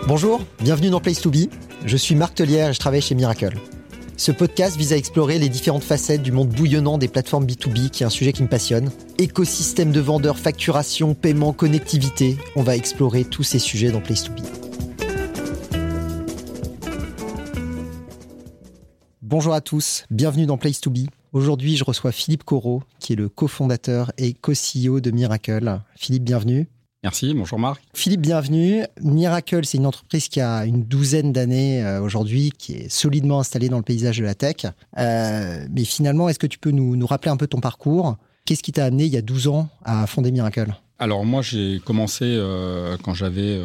Bonjour, bienvenue dans Place to Be. Je suis Marc Tellière et je travaille chez Miracle. Ce podcast vise à explorer les différentes facettes du monde bouillonnant des plateformes B2B, qui est un sujet qui me passionne. Écosystème de vendeurs, facturation, paiement, connectivité. On va explorer tous ces sujets dans Place to Be. Bonjour à tous, bienvenue dans Place to Be. Aujourd'hui, je reçois Philippe Corot, qui est le cofondateur et co-CEO de Miracle. Philippe, bienvenue. Merci, bonjour Marc. Philippe, bienvenue. Miracle, c'est une entreprise qui a une douzaine d'années aujourd'hui, qui est solidement installée dans le paysage de la tech. Mais finalement, est-ce que tu peux nous rappeler un peu ton parcours ? Qu'est-ce qui t'a amené il y a 12 ans à fonder Miracle ? Alors moi, j'ai commencé quand j'avais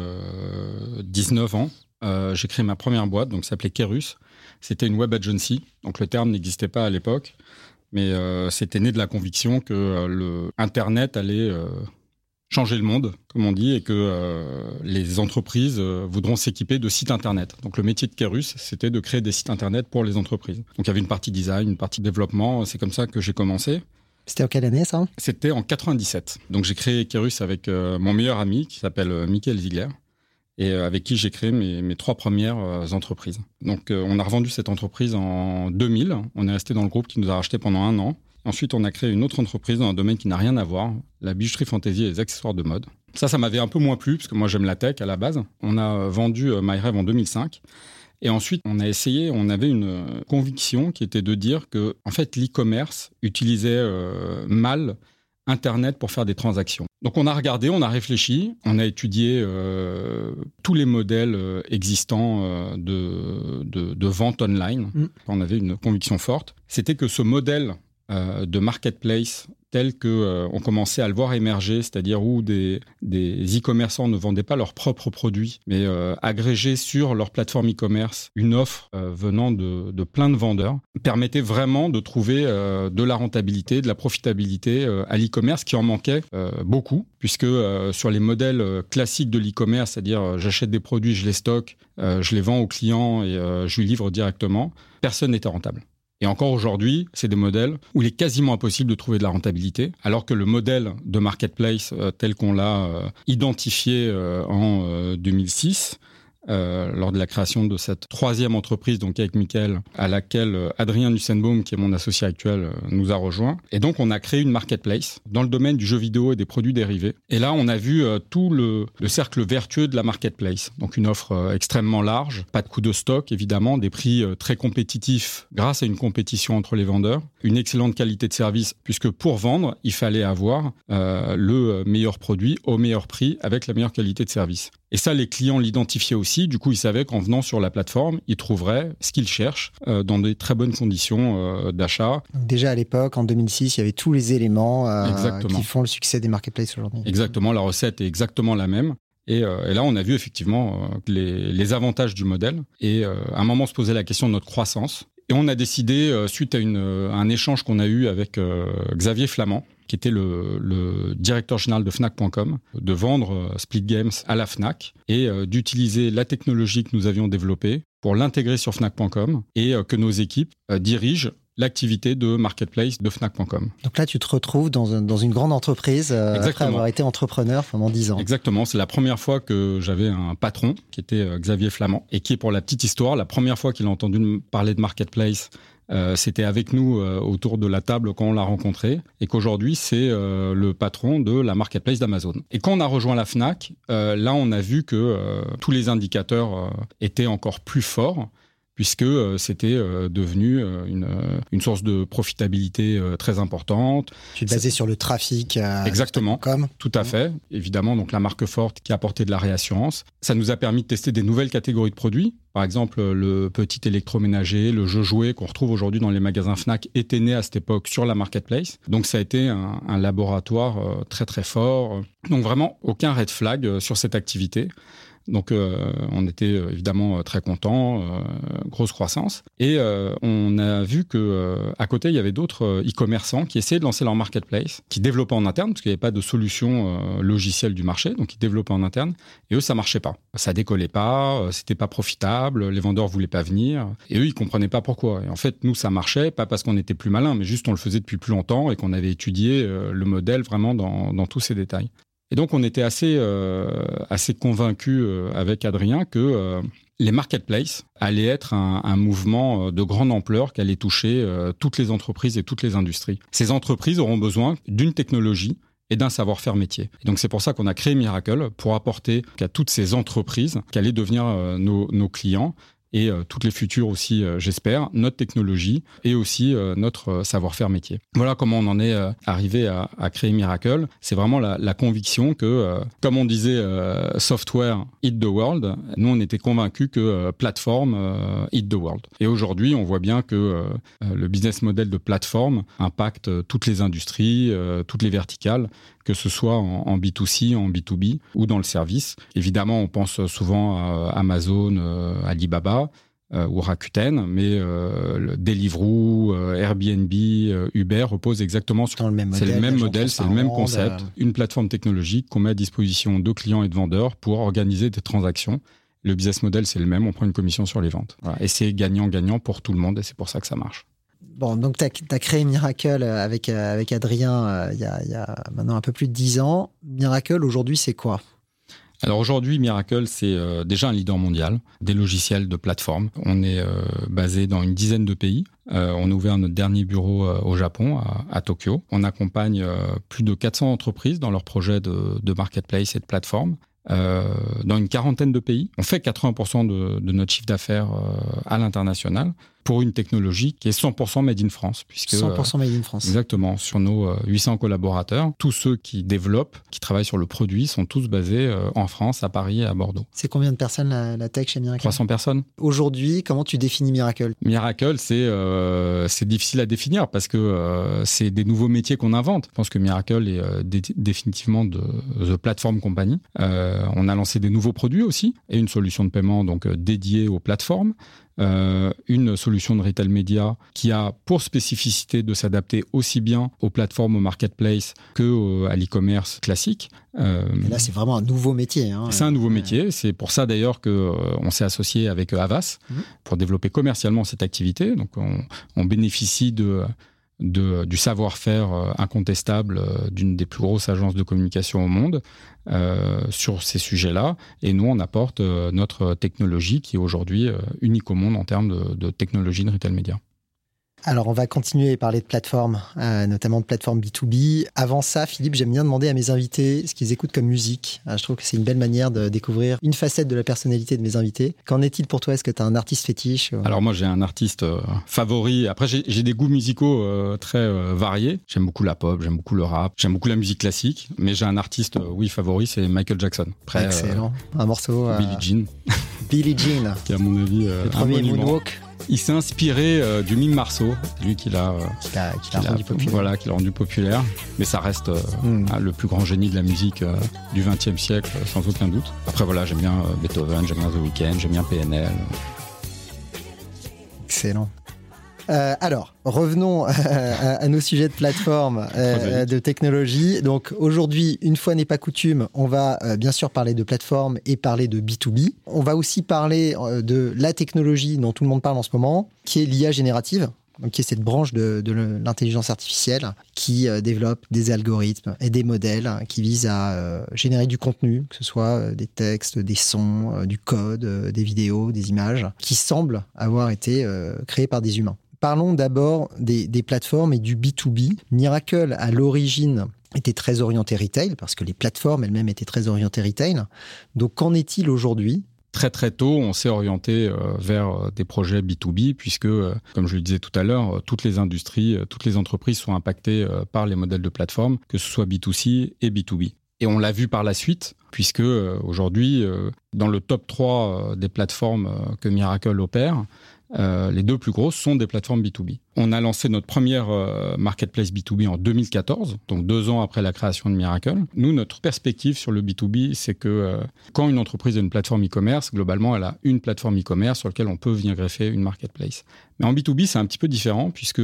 19 ans. J'ai créé ma première boîte, donc ça s'appelait Kerus. C'était une web agency, donc le terme n'existait pas à l'époque. Mais c'était né de la conviction que Internet allait changer le monde, comme on dit, et que les entreprises voudront s'équiper de sites Internet. Donc le métier de Kerus, c'était de créer des sites Internet pour les entreprises. Donc il y avait une partie design, une partie développement, c'est comme ça que j'ai commencé. C'était en quelle année ça ? C'était en 97. Donc j'ai créé Kerus avec mon meilleur ami qui s'appelle Michael Ziegler et avec qui j'ai créé mes 3 premières entreprises. Donc on a revendu cette entreprise en 2000. On est resté dans le groupe qui nous a racheté pendant 1 an. Ensuite, on a créé une autre entreprise dans un domaine qui n'a rien à voir, la bijouterie fantaisie et les accessoires de mode. Ça m'avait un peu moins plu, parce que moi, j'aime la tech à la base. On a vendu MyRêve en 2005. Et ensuite, on a essayé, on avait une conviction qui était de dire que, en fait, l'e-commerce utilisait mal Internet pour faire des transactions. Donc, on a regardé, on a réfléchi, on a étudié tous les modèles existants de vente online. On avait une conviction forte. C'était que ce modèle de marketplace tel qu'on commençait à le voir émerger, c'est-à-dire où des e-commerçants ne vendaient pas leurs propres produits, mais agrégeaient sur leur plateforme e-commerce une offre venant de plein de vendeurs, permettait vraiment de trouver de la rentabilité, de la profitabilité à l'e-commerce qui en manquait beaucoup, puisque sur les modèles classiques de l'e-commerce, c'est-à-dire j'achète des produits, je les stocke, je les vends au client et je lui livre directement, personne n'était rentable. Et encore aujourd'hui, c'est des modèles où il est quasiment impossible de trouver de la rentabilité, alors que le modèle de marketplace tel qu'on l'a identifié en 2006, lors de la création de cette 3e entreprise, donc avec Mickaël, à laquelle Adrien Nussenbaum, qui est mon associé actuel, nous a rejoint. Et donc, on a créé une marketplace dans le domaine du jeu vidéo et des produits dérivés. Et là, on a vu tout le cercle vertueux de la marketplace. Donc, une offre extrêmement large, pas de coût de stock, évidemment, des prix très compétitifs grâce à une compétition entre les vendeurs, une excellente qualité de service, puisque pour vendre, il fallait avoir le meilleur produit au meilleur prix avec la meilleure qualité de service. Et ça, les clients l'identifiaient aussi. Du coup, ils savaient qu'en venant sur la plateforme, ils trouveraient ce qu'ils cherchent dans des très bonnes conditions d'achat. Déjà à l'époque, en 2006, il y avait tous les éléments qui font le succès des marketplaces aujourd'hui. Exactement, la recette est exactement la même. Et là, on a vu effectivement les avantages du modèle. Et à un moment, on se posait la question de notre croissance. Et on a décidé, suite à un échange qu'on a eu avec Xavier Flamand, qui était le directeur général de Fnac.com, de vendre Split Games à la Fnac et d'utiliser la technologie que nous avions développée pour l'intégrer sur Fnac.com et que nos équipes dirigent l'activité de marketplace de Fnac.com. Donc là, tu te retrouves dans une grande entreprise après avoir été entrepreneur pendant 10 ans. Exactement. C'est la première fois que j'avais un patron qui était Xavier Flamand et qui est, pour la petite histoire, la première fois qu'il a entendu me parler de marketplace, c'était avec nous autour de la table quand on l'a rencontré et qu'aujourd'hui, c'est le patron de la marketplace d'Amazon. Et quand on a rejoint la Fnac, là, on a vu que tous les indicateurs étaient encore plus forts, puisque c'était devenu une source de profitabilité très importante. Tu te basais sur le trafic. Exactement, tout à fait. Évidemment, donc la marque forte qui apportait de la réassurance. Ça nous a permis de tester des nouvelles catégories de produits. Par exemple, le petit électroménager, le jeu jouet qu'on retrouve aujourd'hui dans les magasins Fnac était né à cette époque sur la marketplace. Donc ça a été un laboratoire très très fort. Donc vraiment, aucun red flag sur cette activité. Donc, on était évidemment très contents, grosse croissance. Et on a vu qu'à côté, il y avait d'autres e-commerçants qui essayaient de lancer leur marketplace, qui développaient en interne, parce qu'il n'y avait pas de solution logicielle du marché, donc ils développaient en interne. Et eux, ça ne marchait pas. Ça décollait pas, c'était pas profitable, les vendeurs ne voulaient pas venir. Et eux, ils ne comprenaient pas pourquoi. Et en fait, nous, ça marchait, pas parce qu'on était plus malin, mais juste on le faisait depuis plus longtemps et qu'on avait étudié le modèle vraiment dans tous ses détails. Et donc, on était assez convaincus avec Adrien que les marketplaces allaient être un mouvement de grande ampleur qui allait toucher toutes les entreprises et toutes les industries. Ces entreprises auront besoin d'une technologie et d'un savoir-faire métier. Et donc c'est pour ça qu'on a créé Miracle, pour apporter à toutes ces entreprises qui allaient devenir nos clients, et toutes les futures aussi, j'espère, notre technologie et aussi notre savoir-faire métier. Voilà comment on en est arrivé à créer Miracle. C'est vraiment la conviction que, comme on disait, software eat the world, nous on était convaincus que plateforme eat the world. Et aujourd'hui, on voit bien que le business model de plateforme impacte toutes les industries, toutes les verticales, que ce soit en B2C, en B2B ou dans le service. Évidemment, on pense souvent à Amazon, Alibaba ou Rakuten, mais Deliveroo, Airbnb, Uber reposent exactement sur le même modèle. C'est le même modèle, c'est le même concept. Une plateforme technologique qu'on met à disposition de clients et de vendeurs pour organiser des transactions. Le business model, c'est le même, on prend une commission sur les ventes. Voilà. Et c'est gagnant-gagnant pour tout le monde et c'est pour ça que ça marche. Bon, donc tu as créé Miracle avec Adrien il y a maintenant un peu plus de 10 ans. Miracle, aujourd'hui, c'est quoi ? Alors aujourd'hui, Miracle, c'est déjà un leader mondial des logiciels de plateforme. On est basé dans une dizaine de pays. On a ouvert notre dernier bureau au Japon, à Tokyo. On accompagne plus de 400 entreprises dans leurs projets de marketplace et de plateforme. Dans une quarantaine de pays. On fait 80% de notre chiffre d'affaires à l'international pour une technologie qui est 100% made in France. Puisque, 100% made in France. Exactement. Sur nos 800 collaborateurs, tous ceux qui développent, qui travaillent sur le produit, sont tous basés en France, à Paris et à Bordeaux. C'est combien de personnes la tech chez Miracle ? 300 personnes. Aujourd'hui, comment tu définis Miracle ? Miracle, c'est difficile à définir parce que c'est des nouveaux métiers qu'on invente. Je pense que Miracle est définitivement de The Platform Company. On a lancé des nouveaux produits aussi et une solution de paiement donc dédiée aux plateformes. Une solution de retail média qui a pour spécificité de s'adapter aussi bien aux plateformes, aux marketplaces qu'à l'e-commerce classique. Et là, c'est vraiment un nouveau métier. Hein. C'est un nouveau métier. C'est pour ça d'ailleurs qu'on s'est associé avec Havas pour développer commercialement cette activité. Donc on bénéficie du savoir-faire incontestable d'une des plus grosses agences de communication au monde sur ces sujets-là. Et nous, on apporte notre technologie qui est aujourd'hui unique au monde en termes de technologie de retail média. Alors, on va continuer à parler de plateformes, notamment de plateformes B2B. Avant ça, Philippe, j'aime bien demander à mes invités ce qu'ils écoutent comme musique. Je trouve que c'est une belle manière de découvrir une facette de la personnalité de mes invités. Qu'en est-il pour toi ? Est-ce que tu as un artiste fétiche ? Alors moi, j'ai un artiste favori. Après, j'ai des goûts musicaux très variés. J'aime beaucoup la pop, j'aime beaucoup le rap, j'aime beaucoup la musique classique. Mais j'ai un artiste, favori, c'est Michael Jackson. Après, excellent. Un morceau... Billie Jean. Billie Jean. Qui, à mon avis, le premier moonwalk. Il s'est inspiré du mime Marceau, lui qui l'a rendu populaire. Voilà, qui l'a rendu populaire. Mais ça reste le plus grand génie de la musique du XXe siècle, sans aucun doute. Après, voilà, j'aime bien Beethoven, j'aime bien The Weeknd, j'aime bien PNL. Excellent. Alors, revenons à nos sujets de plateforme, de technologie. Donc aujourd'hui, une fois n'est pas coutume, on va bien sûr parler de plateforme et parler de B2B. On va aussi parler de la technologie dont tout le monde parle en ce moment, qui est l'IA générative, donc qui est cette branche de l'intelligence artificielle qui développe des algorithmes et des modèles qui visent à générer du contenu, que ce soit des textes, des sons, du code, des vidéos, des images, qui semblent avoir été créés par des humains. Parlons d'abord des plateformes et du B2B. Miracle, à l'origine, était très orienté retail, parce que les plateformes elles-mêmes étaient très orientées retail. Donc, qu'en est-il aujourd'hui ? Très très tôt, on s'est orienté vers des projets B2B, puisque, comme je le disais tout à l'heure, toutes les industries, toutes les entreprises sont impactées par les modèles de plateforme, que ce soit B2C et B2B. Et on l'a vu par la suite, puisque aujourd'hui, dans le top 3 des plateformes que Miracle opère, les deux plus grosses sont des plateformes B2B. On a lancé notre première marketplace B2B en 2014, donc 2 ans après la création de Miracle. Nous, notre perspective sur le B2B, c'est que quand une entreprise a une plateforme e-commerce, globalement, elle a une plateforme e-commerce sur laquelle on peut venir greffer une marketplace. Mais en B2B, c'est un petit peu différent, puisque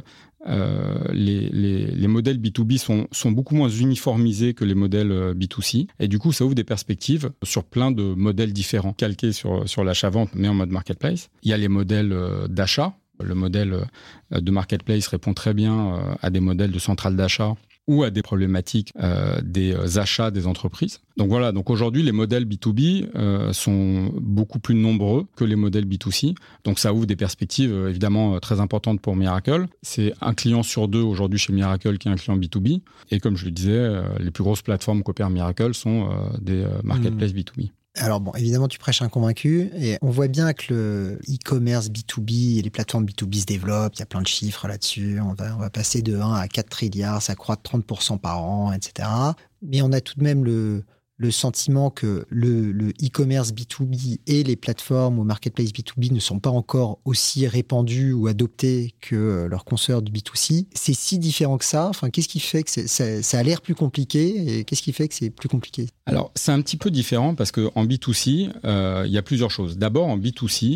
les modèles B2B sont beaucoup moins uniformisés que les modèles B2C. Et du coup, ça ouvre des perspectives sur plein de modèles différents, calqués sur l'achat-vente, mais en mode marketplace. Il y a les modèles d'achat. Le modèle de marketplace répond très bien à des modèles de centrale d'achat ou à des problématiques des achats des entreprises. Donc voilà, donc aujourd'hui, les modèles B2B sont beaucoup plus nombreux que les modèles B2C. Donc ça ouvre des perspectives évidemment très importantes pour Mirakl. C'est un client sur 2 aujourd'hui chez Mirakl qui est un client B2B. Et comme je le disais, les plus grosses plateformes qu'opère Mirakl sont des marketplaces B2B. Alors bon, évidemment, tu prêches un convaincu et on voit bien que le e-commerce B2B et les plateformes B2B se développent. Il y a plein de chiffres là-dessus. On va passer de 1 à 4 trilliards, ça croît de 30% par an, etc. Mais on a tout de même le sentiment que le e-commerce B2B et les plateformes ou marketplace B2B ne sont pas encore aussi répandus ou adoptés que leurs consoeurs du B2C. C'est si différent que ça. Enfin, qu'est-ce qui fait que ça a l'air plus compliqué et qu'est-ce qui fait que c'est plus compliqué ? Alors, c'est un petit peu différent parce qu'en B2C, il y a plusieurs choses. D'abord, en B2C,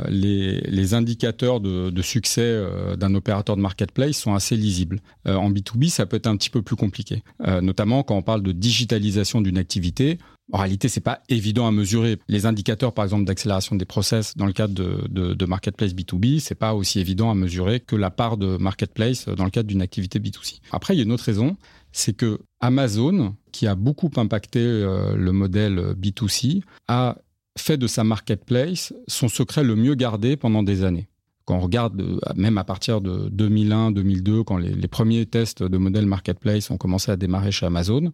les indicateurs de succès d'un opérateur de marketplace sont assez lisibles. En B2B, ça peut être un petit peu plus compliqué, notamment quand on parle de digitalisation d'une activité. En réalité, c'est pas évident à mesurer. Les indicateurs, par exemple, d'accélération des process dans le cadre de marketplace B2B, c'est pas aussi évident à mesurer que la part de marketplace dans le cadre d'une activité B2C. Après, il y a une autre raison, c'est que Amazon, qui a beaucoup impacté le modèle B2C, a fait de sa marketplace son secret le mieux gardé pendant des années. Quand on regarde, même à partir de 2001, 2002, quand les premiers tests de modèle marketplace ont commencé à démarrer chez Amazon,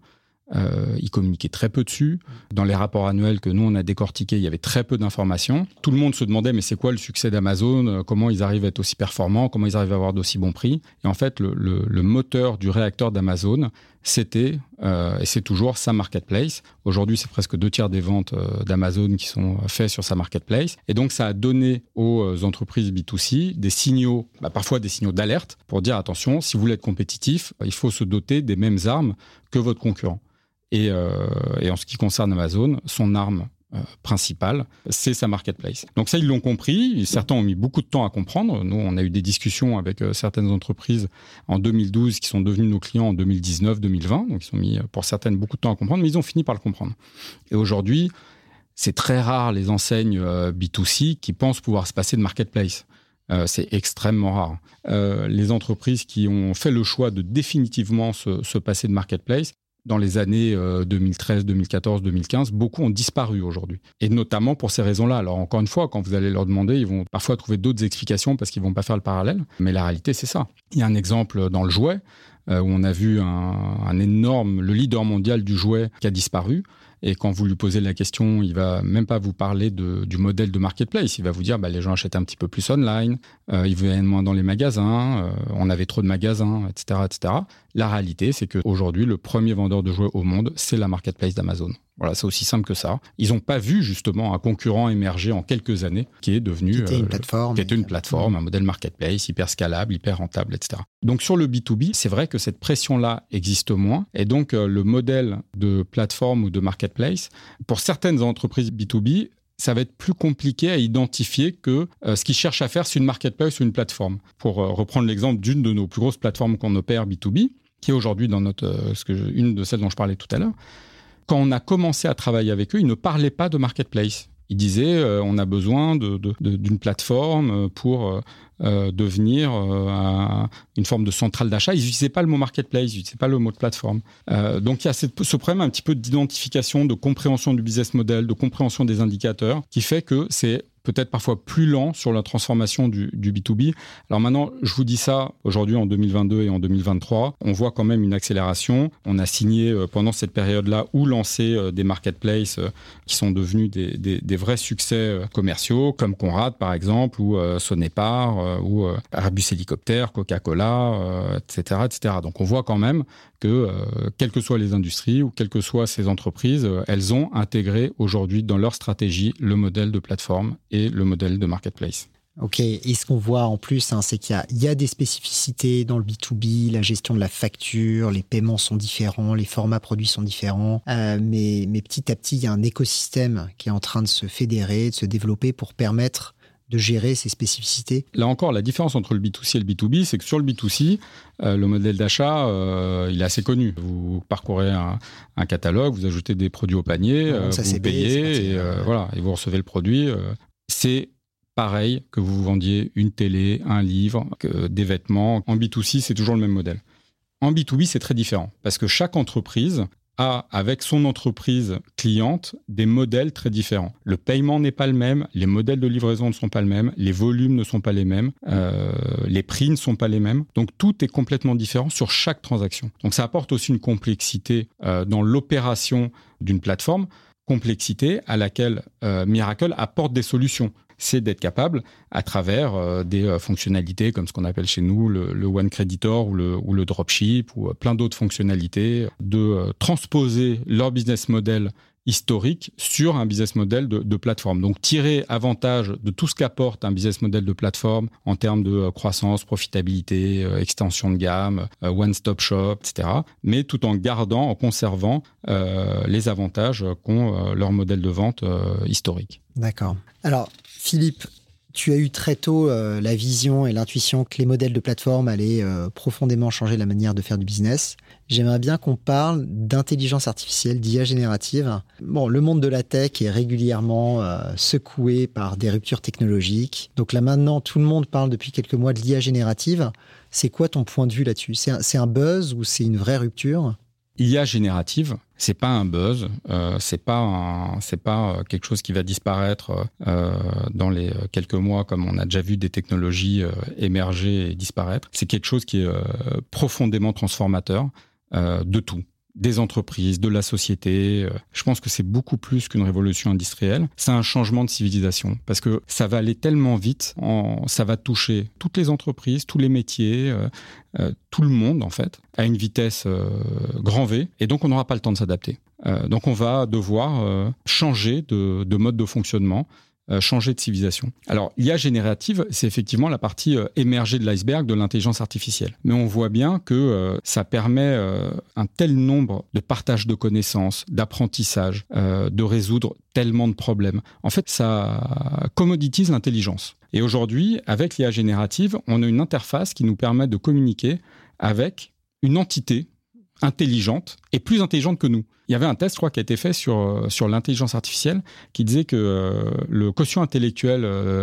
ils communiquaient très peu dessus. Dans les rapports annuels que nous, on a décortiqués, il y avait très peu d'informations. Tout le monde se demandait, mais c'est quoi le succès d'Amazon ? Comment ils arrivent à être aussi performants ? Comment ils arrivent à avoir d'aussi bons prix ? Et en fait, le moteur du réacteur d'Amazon, c'était, et c'est toujours, sa marketplace. Aujourd'hui, c'est presque 2/3 des ventes d'Amazon qui sont faites sur sa marketplace. Et donc, ça a donné aux entreprises B2C des signaux, parfois des signaux d'alerte, pour dire, attention, si vous voulez être compétitif, il faut se doter des mêmes armes que votre concurrent. Et en ce qui concerne Amazon, son arme principale, c'est sa marketplace. Donc ça, ils l'ont compris. Certains ont mis beaucoup de temps à comprendre. Nous, on a eu des discussions avec certaines entreprises en 2012 qui sont devenues nos clients en 2019-2020. Donc ils ont mis pour certaines beaucoup de temps à comprendre, mais ils ont fini par le comprendre. Et aujourd'hui, c'est très rare les enseignes B2C qui pensent pouvoir se passer de marketplace. C'est extrêmement rare. Les entreprises qui ont fait le choix de définitivement se passer de marketplace, dans les années 2013, 2014, 2015, beaucoup ont disparu aujourd'hui. Et notamment pour ces raisons-là. Alors encore une fois, quand vous allez leur demander, ils vont parfois trouver d'autres explications parce qu'ils ne vont pas faire le parallèle. Mais la réalité, c'est ça. Il y a un exemple dans le jouet où on a vu un énorme, le leader mondial du jouet qui a disparu. Et quand vous lui posez la question, il va même pas vous parler du modèle de marketplace. Il va vous dire, les gens achètent un petit peu plus online, ils viennent moins dans les magasins, on avait trop de magasins, etc., etc. La réalité, c'est qu'aujourd'hui, le premier vendeur de jouets au monde, c'est la marketplace d'Amazon. Voilà, c'est aussi simple que ça. Ils n'ont pas vu justement un concurrent émerger en quelques années qui est devenu qui était une plateforme, un modèle marketplace hyper scalable, hyper rentable, etc. Donc sur le B2B, c'est vrai que cette pression-là existe moins. Et donc le modèle de plateforme ou de marketplace, pour certaines entreprises B2B, ça va être plus compliqué à identifier que ce qu'ils cherchent à faire, c'est une marketplace ou une plateforme. Pour reprendre l'exemple d'une de nos plus grosses plateformes qu'on opère B2B, qui est aujourd'hui dans une de celles dont je parlais tout à l'heure. Quand on a commencé à travailler avec eux, ils ne parlaient pas de marketplace. Ils disaient on a besoin d'une plateforme pour devenir une forme de centrale d'achat. Ils n'utilisaient pas le mot marketplace, ils n'utilisaient pas le mot de plateforme. Donc il y a ce problème un petit peu d'identification, de compréhension du business model, de compréhension des indicateurs, qui fait que c'est peut-être parfois plus lent sur la transformation du B2B. Alors maintenant, je vous dis ça, aujourd'hui en 2022 et en 2023, on voit quand même une accélération. On a signé pendant cette période-là ou lancé des marketplaces qui sont devenus des vrais succès commerciaux, comme Conrad par exemple, ou Sonepar, ou Airbus Hélicoptère, Coca-Cola, etc., etc. Donc on voit quand même que quelles que soient les industries ou quelles que soient ces entreprises, elles ont intégré aujourd'hui dans leur stratégie le modèle de plateforme et le modèle de marketplace. Ok, et ce qu'on voit en plus, c'est qu'il y a des spécificités dans le B2B, la gestion de la facture, les paiements sont différents, les formats produits sont différents, mais petit à petit, il y a un écosystème qui est en train de se fédérer, de se développer pour permettre de gérer ces spécificités. Là encore, la différence entre le B2C et le B2B, c'est que sur le B2C, le modèle d'achat, il est assez connu. Vous parcourez un catalogue, vous ajoutez des produits au panier, vous payez et vous recevez le produit. C'est pareil que vous vendiez une télé, un livre, des vêtements. En B2C, c'est toujours le même modèle. En B2B, c'est très différent parce que chaque entreprise a, avec son entreprise cliente, des modèles très différents. Le paiement n'est pas le même, les modèles de livraison ne sont pas les mêmes, les volumes ne sont pas les mêmes, les prix ne sont pas les mêmes. Donc, tout est complètement différent sur chaque transaction. Donc, ça apporte aussi une complexité dans l'opération d'une plateforme, complexité à laquelle Mirakl apporte des solutions. C'est d'être capable, à travers des fonctionnalités comme ce qu'on appelle chez nous le One Creditor ou le Dropship ou plein d'autres fonctionnalités, de transposer leur business model historique sur un business model de plateforme. Donc, tirer avantage de tout ce qu'apporte un business model de plateforme en termes de croissance, profitabilité, extension de gamme, one-stop shop, etc. Mais tout en gardant, en conservant les avantages qu'ont leur modèle de vente historique. D'accord. Alors, Philippe, tu as eu très tôt la vision et l'intuition que les modèles de plateforme allaient profondément changer la manière de faire du business. J'aimerais bien qu'on parle d'intelligence artificielle, d'IA générative. Bon, le monde de la tech est régulièrement secoué par des ruptures technologiques. Donc là maintenant, tout le monde parle depuis quelques mois de l'IA générative. C'est quoi ton point de vue là-dessus ? C'est un buzz ou c'est une vraie rupture ? IA générative, c'est pas un buzz, c'est pas quelque chose qui va disparaître dans les quelques mois comme on a déjà vu des technologies émerger et disparaître. C'est quelque chose qui est profondément transformateur de tout. Des entreprises, de la société. Je pense que c'est beaucoup plus qu'une révolution industrielle. C'est un changement de civilisation parce que ça va aller tellement vite, ça va toucher toutes les entreprises, tous les métiers, tout le monde en fait, à une vitesse grand V. Et donc, on n'aura pas le temps de s'adapter. Donc, on va devoir changer de mode de fonctionnement, changer de civilisation. Alors, l'IA générative, c'est effectivement la partie émergée de l'iceberg de l'intelligence artificielle. Mais on voit bien que ça permet un tel nombre de partage de connaissances, d'apprentissage, de résoudre tellement de problèmes. En fait, ça commoditise l'intelligence. Et aujourd'hui, avec l'IA générative, on a une interface qui nous permet de communiquer avec une entité intelligente et plus intelligente que nous. Il y avait un test, je crois, qui a été fait sur l'intelligence artificielle qui disait que le quotient intellectuel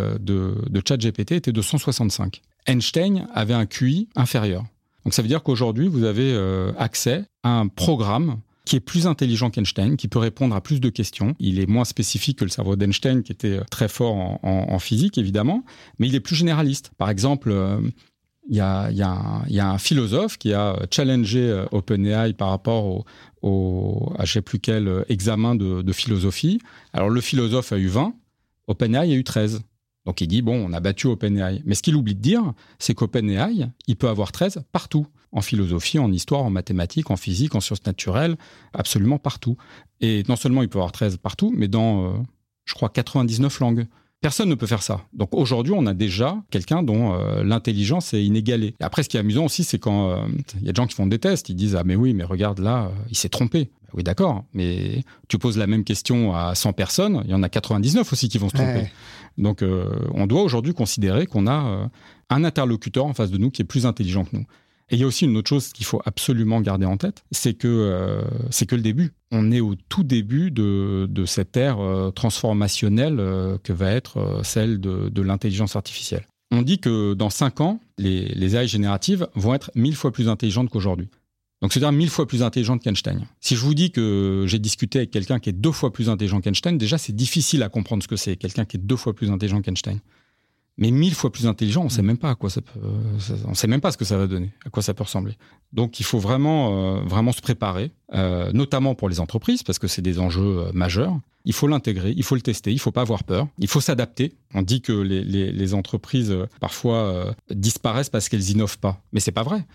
de ChatGPT était de 165. Einstein avait un QI inférieur. Donc ça veut dire qu'aujourd'hui, vous avez accès à un programme qui est plus intelligent qu'Einstein, qui peut répondre à plus de questions. Il est moins spécifique que le cerveau d'Einstein, qui était très fort en physique, évidemment, mais il est plus généraliste. Par exemple, il y a un philosophe qui a challengé OpenAI par rapport à je ne sais plus quel examen de philosophie. Alors, le philosophe a eu 20, OpenAI a eu 13. Donc, il dit, bon, on a battu OpenAI. Mais ce qu'il oublie de dire, c'est qu'OpenAI, il peut avoir 13 partout. En philosophie, en histoire, en mathématiques, en physique, en sciences naturelles, absolument partout. Et non seulement il peut avoir 13 partout, mais dans, je crois, 99 langues. Personne ne peut faire ça. Donc aujourd'hui, on a déjà quelqu'un dont l'intelligence est inégalée. Et après, ce qui est amusant aussi, c'est quand il y a des gens qui font des tests, ils disent « Ah mais oui, mais regarde là, il s'est trompé ». Oui, d'accord, mais tu poses la même question à 100 personnes, il y en a 99 aussi qui vont se tromper. Ouais. Donc on doit aujourd'hui considérer qu'on a un interlocuteur en face de nous qui est plus intelligent que nous. Et il y a aussi une autre chose qu'il faut absolument garder en tête, c'est que le début. On est au tout début de cette ère transformationnelle que va être celle de l'intelligence artificielle. On dit que dans 5 ans, les AI génératives vont être 1000 fois plus intelligentes qu'aujourd'hui. Donc c'est-à-dire 1000 fois plus intelligente qu'Einstein. Si je vous dis que j'ai discuté avec quelqu'un qui est 2 fois plus intelligent qu'Einstein, déjà c'est difficile à comprendre ce que c'est, quelqu'un qui est 2 fois plus intelligent qu'Einstein. Mais 1000 fois plus intelligent, on ne sait même pas à quoi on sait même pas ce que ça va donner, à quoi ça peut ressembler. Donc il faut vraiment se préparer, notamment pour les entreprises, parce que c'est des enjeux majeurs. Il faut l'intégrer, il faut le tester, il ne faut pas avoir peur, il faut s'adapter. On dit que les entreprises parfois disparaissent parce qu'elles innovent pas, mais c'est pas vrai.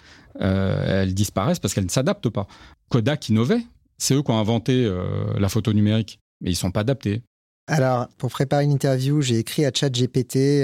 Elles disparaissent parce qu'elles ne s'adaptent pas. Kodak innovait, c'est eux qui ont inventé la photo numérique, mais ils ne sont pas adaptés. Alors, pour préparer une interview, j'ai écrit à ChatGPT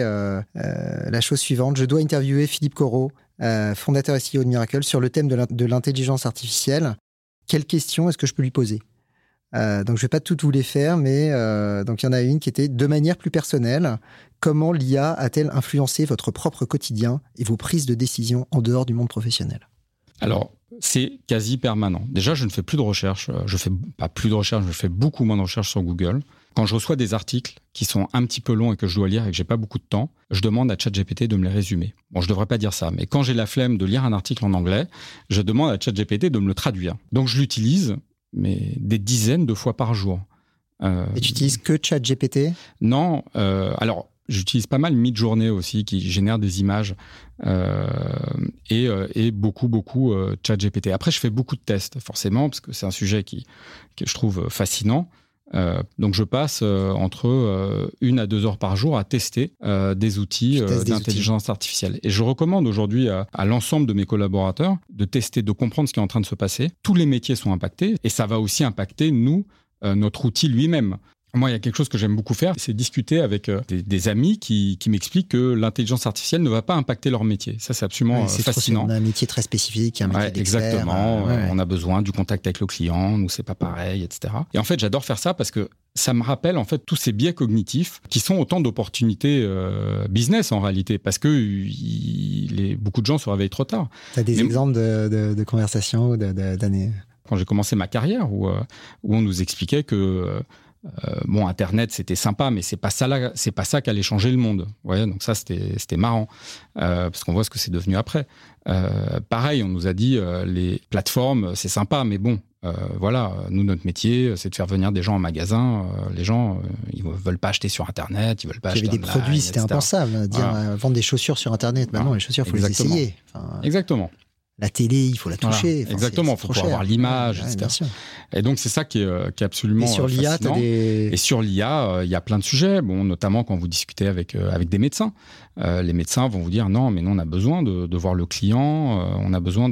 la chose suivante. Je dois interviewer Philippe Corot, fondateur et CEO de Mirakl, sur le thème de l'intelligence artificielle. Quelles questions est-ce que je peux lui poser ? Donc, je ne vais pas toutes vous les faire, mais donc il y en a une qui était de manière plus personnelle. Comment l'IA a-t-elle influencé votre propre quotidien et vos prises de décision en dehors du monde professionnel ? Alors, c'est quasi permanent. Déjà, je ne fais plus de recherche. Je fais pas plus de recherche, je fais beaucoup moins de recherche sur Google. Quand je reçois des articles qui sont un petit peu longs et que je dois lire et que j'ai pas beaucoup de temps, je demande à ChatGPT de me les résumer. Bon, je devrais pas dire ça, mais quand j'ai la flemme de lire un article en anglais, je demande à ChatGPT de me le traduire. Donc je l'utilise, mais des dizaines de fois par jour. Et tu utilises que ChatGPT ? Non, alors j'utilise pas mal Midjourney aussi, qui génère des images, et beaucoup ChatGPT. Après, je fais beaucoup de tests, forcément, parce que c'est un sujet que je trouve fascinant. Donc, je passe entre 1 à 2 heures par jour à tester des outils d'intelligence artificielle. Et je recommande aujourd'hui à l'ensemble de mes collaborateurs de tester, de comprendre ce qui est en train de se passer. Tous les métiers sont impactés, et ça va aussi impacter nous, notre outil lui-même. Moi, il y a quelque chose que j'aime beaucoup faire, c'est discuter avec des amis qui m'expliquent que l'intelligence artificielle ne va pas impacter leur métier. Ça, c'est absolument fascinant. On a un métier très spécifique, un métier d'expert. Exactement. On a besoin du contact avec le client, nous, c'est pas pareil, etc. Et en fait, j'adore faire ça parce que ça me rappelle en fait tous ces biais cognitifs qui sont autant d'opportunités business en réalité, parce que beaucoup de gens se réveillent trop tard. Tu as des exemples de conversations ou d'années? Quand j'ai commencé ma carrière, où on nous expliquait que Internet, c'était sympa, mais c'est pas ça qui allait changer le monde. Ouais, donc ça, c'était marrant, parce qu'on voit ce que c'est devenu après. Pareil, on nous a dit, les plateformes, c'est sympa, mais bon, voilà, nous, notre métier, c'est de faire venir des gens en magasin. Les gens, ils veulent pas acheter sur Internet, ils veulent pas acheter online. Il y avait des produits, c'était impensable. Vendre des chaussures sur Internet, maintenant, les chaussures, il faut les essayer. Exactement. La télé, il faut la toucher. Voilà, exactement, il faut pouvoir avoir l'image, etc. Et donc, c'est ça qui est absolument fascinant. Et sur l'IA, Et sur l'IA, il y a plein de sujets, notamment quand vous discutez avec des médecins. Les médecins vont vous dire non, mais nous, on a besoin de voir le client, on a besoin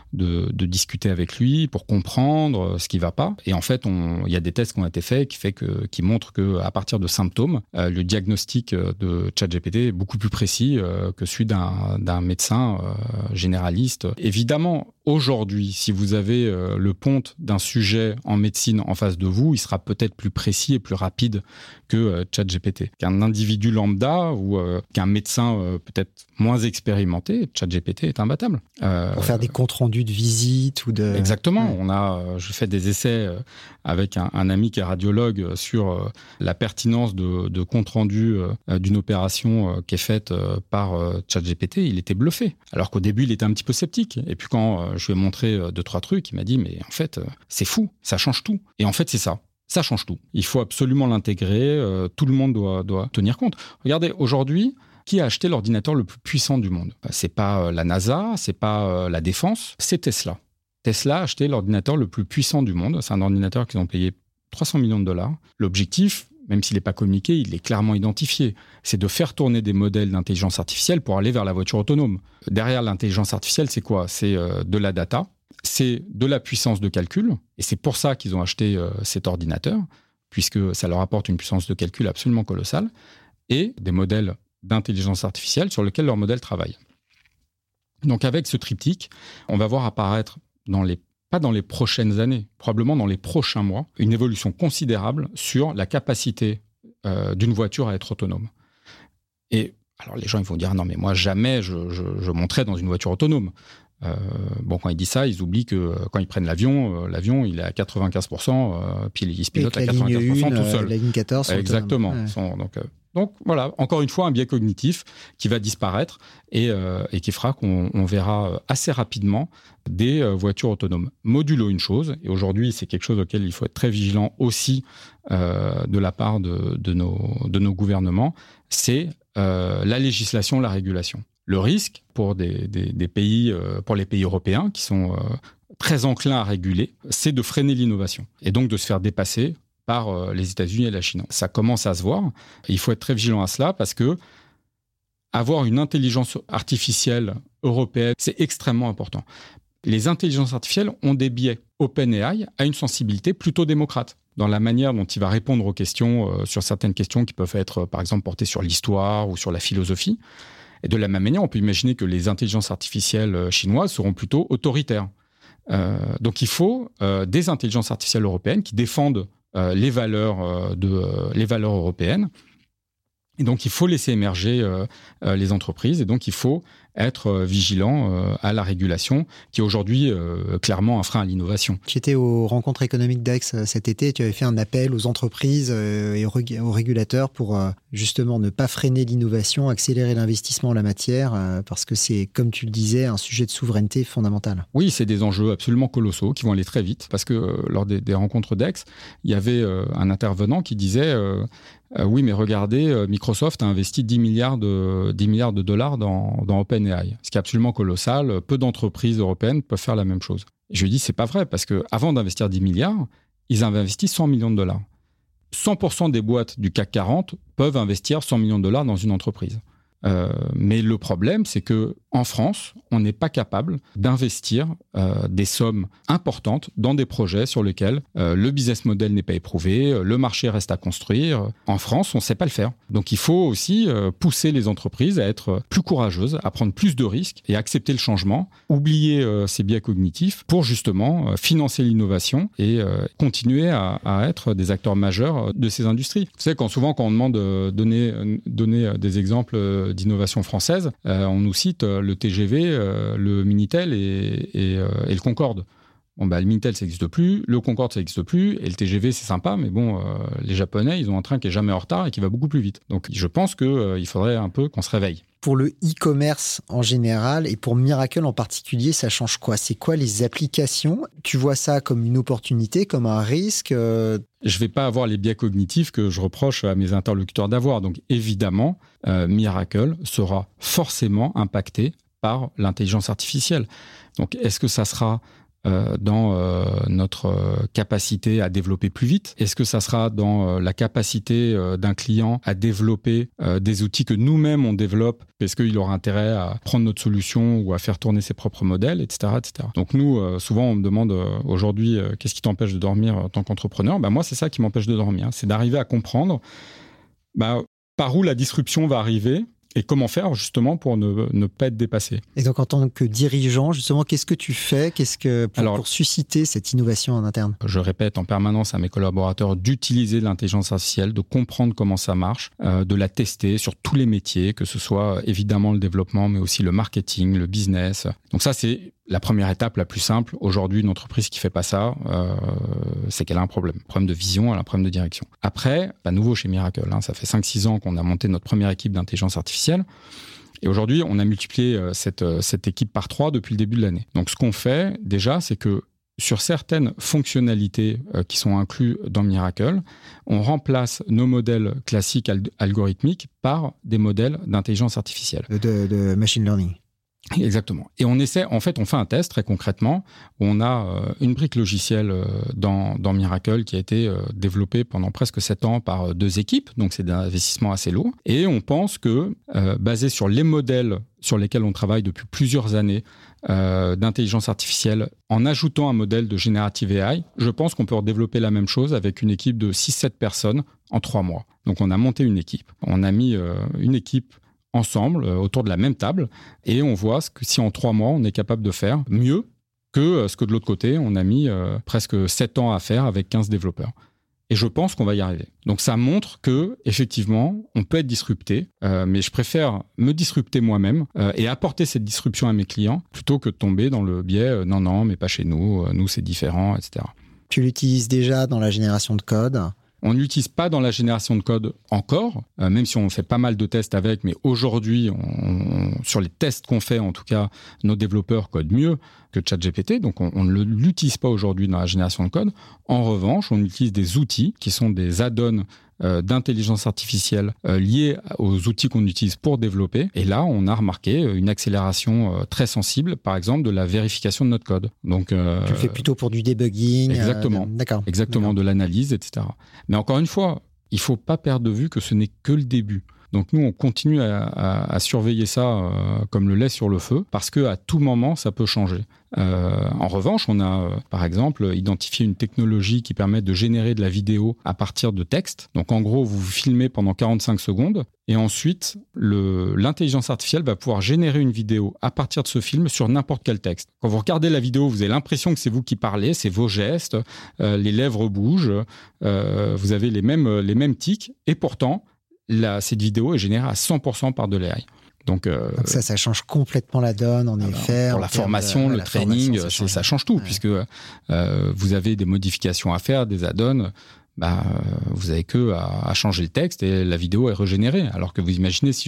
de discuter avec lui pour comprendre ce qui ne va pas. Et en fait, il y a des tests qui ont été faits qui montrent qu'à partir de symptômes, le diagnostic de ChatGPT est beaucoup plus précis que celui d'un médecin généraliste. Évidemment, aujourd'hui, si vous avez le ponte d'un sujet en médecine en face de vous, il sera peut-être plus précis et plus rapide que ChatGPT. Qu'un individu lambda ou qu'un médecin peut-être moins expérimenté, ChatGPT est imbattable. Pour faire des comptes rendus de visite ou de... Exactement. Ouais. Je fais des essais avec un ami qui est radiologue sur la pertinence de compte rendu d'une opération qui est faite par ChatGPT. Il était bluffé. Alors qu'au début, il était un petit peu sceptique. Et puis quand je lui ai montré 2-3 trucs, il m'a dit, mais en fait, c'est fou, ça change tout. Et en fait, c'est ça. Ça change tout. Il faut absolument l'intégrer. Tout le monde doit tenir compte. Regardez, aujourd'hui, qui a acheté l'ordinateur le plus puissant du monde? C'est pas la NASA, c'est pas la Défense, c'est Tesla. Tesla a acheté l'ordinateur le plus puissant du monde. C'est un ordinateur qu'ils ont payé 300 millions de dollars. L'objectif, même s'il n'est pas communiqué, il est clairement identifié. C'est de faire tourner des modèles d'intelligence artificielle pour aller vers la voiture autonome. Derrière l'intelligence artificielle, c'est quoi? C'est de la data, c'est de la puissance de calcul. Et c'est pour ça qu'ils ont acheté cet ordinateur, puisque ça leur apporte une puissance de calcul absolument colossale, et des modèles d'intelligence artificielle sur lesquels leur modèle travaille. Donc avec ce triptyque, on va voir apparaître pas dans les prochaines années, probablement dans les prochains mois, une évolution considérable sur la capacité d'une voiture à être autonome. Et alors les gens ils vont dire non mais moi jamais je monterai dans une voiture autonome. Quand ils disent ça, ils oublient que quand ils prennent l'avion il est à 95%, puis il se pilote à 95% tout seul. La ligne 14. Exactement. Ouais. Donc voilà, encore une fois, un biais cognitif qui va disparaître et qui fera qu'on verra assez rapidement des voitures autonomes. Modulo une chose, et aujourd'hui c'est quelque chose auquel il faut être très vigilant aussi de la part de nos gouvernements, c'est la législation, la régulation. Le risque pour des pays, pour les pays européens qui sont très enclins à réguler, c'est de freiner l'innovation et donc de se faire dépasser par les États-Unis et la Chine. Ça commence à se voir. Il faut être très vigilant à cela parce que avoir une intelligence artificielle européenne, c'est extrêmement important. Les intelligences artificielles ont des biais. OpenAI a une sensibilité plutôt démocrate dans la manière dont il va répondre aux questions, sur certaines questions qui peuvent être, par exemple, portées sur l'histoire ou sur la philosophie. Et de la même manière, on peut imaginer que les intelligences artificielles chinoises seront plutôt autoritaires. Donc il faut des intelligences artificielles européennes qui défendent les valeurs européennes. Et donc, il faut laisser émerger les entreprises. Et donc, il faut être vigilant à la régulation, qui est aujourd'hui clairement un frein à l'innovation. Tu étais aux rencontres économiques d'Aix cet été, tu avais fait un appel aux entreprises et aux régulateurs pour justement ne pas freiner l'innovation, accélérer l'investissement en la matière, parce que c'est, comme tu le disais, un sujet de souveraineté fondamental. Oui, c'est des enjeux absolument colossaux qui vont aller très vite, parce que lors des rencontres d'Aix, il y avait un intervenant qui disait oui, mais regardez, Microsoft a investi 10 milliards de dollars dans OpenAI, ce qui est absolument colossal. Peu d'entreprises européennes peuvent faire la même chose. Et je lui dis, c'est pas vrai, parce qu'avant d'investir 10 milliards, ils avaient investi 100 millions de dollars. 100% des boîtes du CAC 40 peuvent investir 100 millions de dollars dans une entreprise. Mais le problème, c'est qu'en France, on n'est pas capable d'investir des sommes importantes dans des projets sur lesquels le business model n'est pas éprouvé, le marché reste à construire. En France, on ne sait pas le faire. Donc il faut aussi pousser les entreprises à être plus courageuses, à prendre plus de risques et à accepter le changement, oublier ces biais cognitifs pour justement financer l'innovation et continuer à être des acteurs majeurs de ces industries. Tu sais, quand on demande de donner des exemples d'innovation française, on nous cite le TGV, le Minitel et le Concorde. Bon, le Minitel, ça n'existe plus, le Concorde, ça n'existe plus, et le TGV, c'est sympa, mais bon, les Japonais, ils ont un train qui est jamais en retard et qui va beaucoup plus vite. Donc, je pense qu'il faudrait un peu qu'on se réveille. Pour le e-commerce en général et pour Miracle en particulier, ça change quoi? C'est quoi les applications? Tu vois ça comme une opportunité, comme un risque? Je ne vais pas avoir les biais cognitifs que je reproche à mes interlocuteurs d'avoir. Donc, évidemment, Miracle sera forcément impacté par l'intelligence artificielle. Donc, est-ce que ça sera dans notre capacité à développer plus vite? Est-ce que ça sera dans la capacité d'un client à développer des outils que nous-mêmes on développe? Est-ce qu'il aura intérêt à prendre notre solution ou à faire tourner ses propres modèles, etc. etc. Donc nous, souvent on me demande aujourd'hui qu'est-ce qui t'empêche de dormir en tant qu'entrepreneur? Moi, c'est ça qui m'empêche de dormir. C'est d'arriver à comprendre par où la disruption va arriver et comment faire justement pour ne pas être dépassé. Et donc en tant que dirigeant, justement, qu'est-ce que tu fais pour susciter cette innovation en interne? Je répète en permanence à mes collaborateurs d'utiliser l'intelligence artificielle, de comprendre comment ça marche, de la tester sur tous les métiers, que ce soit évidemment le développement, mais aussi le marketing, le business. Donc ça, c'est la première étape la plus simple. Aujourd'hui, une entreprise qui ne fait pas ça, c'est qu'elle a un problème de vision, elle a un problème de direction. Après, pas nouveau chez Miracle, ça fait 5-6 ans qu'on a monté notre première équipe d'intelligence artificielle. Et aujourd'hui, on a multiplié cette équipe par 3 depuis le début de l'année. Donc ce qu'on fait déjà, c'est que sur certaines fonctionnalités qui sont incluses dans Miracle, on remplace nos modèles classiques algorithmiques par des modèles d'intelligence artificielle. De machine learning. Exactement. Et on fait un test très concrètement où on a une brique logicielle dans Miracle qui a été développée pendant presque 7 ans par 2 équipes, donc c'est des investissements assez lourds. Et on pense que, basé sur les modèles sur lesquels on travaille depuis plusieurs années d'intelligence artificielle, en ajoutant un modèle de Generative AI, je pense qu'on peut redévelopper la même chose avec une équipe de 6-7 personnes en 3 mois. Donc on a monté une équipe. On a mis une équipe ensemble, autour de la même table, et on voit si en 3 mois, on est capable de faire mieux que ce que de l'autre côté, on a mis presque 7 ans à faire avec 15 développeurs. Et je pense qu'on va y arriver. Donc ça montre que effectivement, on peut être disrupté, mais je préfère me disrupter moi-même et apporter cette disruption à mes clients plutôt que de tomber dans le biais non, mais pas chez nous, nous c'est différent, etc. Tu l'utilises déjà dans la génération de code? On n'utilise pas dans la génération de code encore, même si on fait pas mal de tests avec, mais aujourd'hui, sur les tests qu'on fait, en tout cas, nos développeurs codent mieux que ChatGPT, donc on ne l'utilise pas aujourd'hui dans la génération de code. En revanche, on utilise des outils qui sont des add-ons d'intelligence artificielle liés aux outils qu'on utilise pour développer. Et là, on a remarqué une accélération très sensible, par exemple, de la vérification de notre code. Donc, tu le fais plutôt pour du debugging. Exactement. D'accord. Exactement, de l'analyse, etc. Mais encore une fois, il ne faut pas perdre de vue que ce n'est que le début. Donc nous, on continue à surveiller ça comme le lait sur le feu, parce qu'à tout moment, ça peut changer. En revanche, on a, par exemple, identifié une technologie qui permet de générer de la vidéo à partir de texte. Donc en gros, vous filmez pendant 45 secondes, et ensuite, l'intelligence artificielle va pouvoir générer une vidéo à partir de ce film sur n'importe quel texte. Quand vous regardez la vidéo, vous avez l'impression que c'est vous qui parlez, c'est vos gestes, les lèvres bougent, vous avez les mêmes tics, et pourtant, cette vidéo est générée à 100% par de l'AI. Donc ça change complètement la donne, en effet. Pour la formation, le training, ça change tout, puisque vous avez des modifications à faire, des add-ons. Vous avez que à changer le texte et la vidéo est régénérée. Alors que vous imaginez si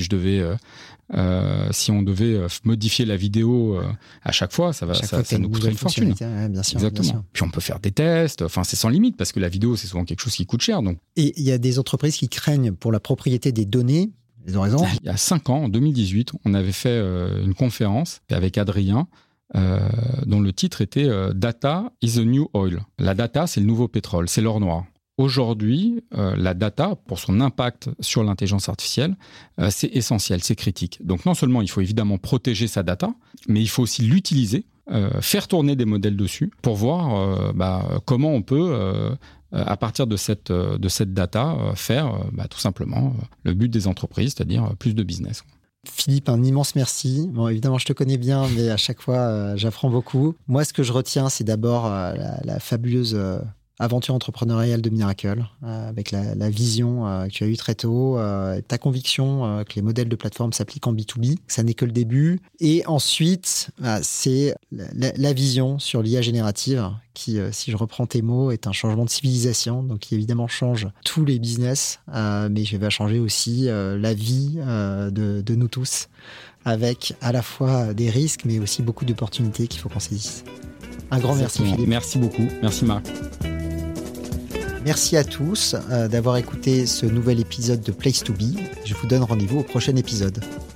on devait modifier la vidéo à chaque fois, ça nous coûterait une fortune. Ouais, bien sûr, exactement. Bien sûr. Puis on peut faire des tests. Enfin, c'est sans limite parce que la vidéo c'est souvent quelque chose qui coûte cher. Donc. Et il y a des entreprises qui craignent pour la propriété des données. Ils ont raison. Il y a 5 ans, en 2018, on avait fait une conférence avec Adrien. Dont le titre était Data is the new oil. La data, c'est le nouveau pétrole, c'est l'or noir. Aujourd'hui, la data, pour son impact sur l'intelligence artificielle, c'est essentiel, c'est critique. Donc non seulement il faut évidemment protéger sa data, mais il faut aussi l'utiliser, faire tourner des modèles dessus pour voir comment on peut, à partir de cette data, faire tout simplement le but des entreprises, c'est-à-dire plus de business. Philippe, un immense merci. Bon, évidemment, je te connais bien, mais à chaque fois, j'apprends beaucoup. Moi, ce que je retiens, c'est d'abord la fabuleuse aventure entrepreneuriale de Miracle, avec la vision que tu as eue très tôt, ta conviction que les modèles de plateforme s'appliquent en B2B, ça n'est que le début. Et ensuite, c'est la vision sur l'IA générative qui, si je reprends tes mots, est un changement de civilisation, donc qui évidemment change tous les business, mais qui va changer aussi la vie de nous tous, avec à la fois des risques, mais aussi beaucoup d'opportunités qu'il faut qu'on saisisse. Un grand merci Philippe. Merci beaucoup, merci Marc. Merci à tous d'avoir écouté ce nouvel épisode de Place to Be. Je vous donne rendez-vous au prochain épisode.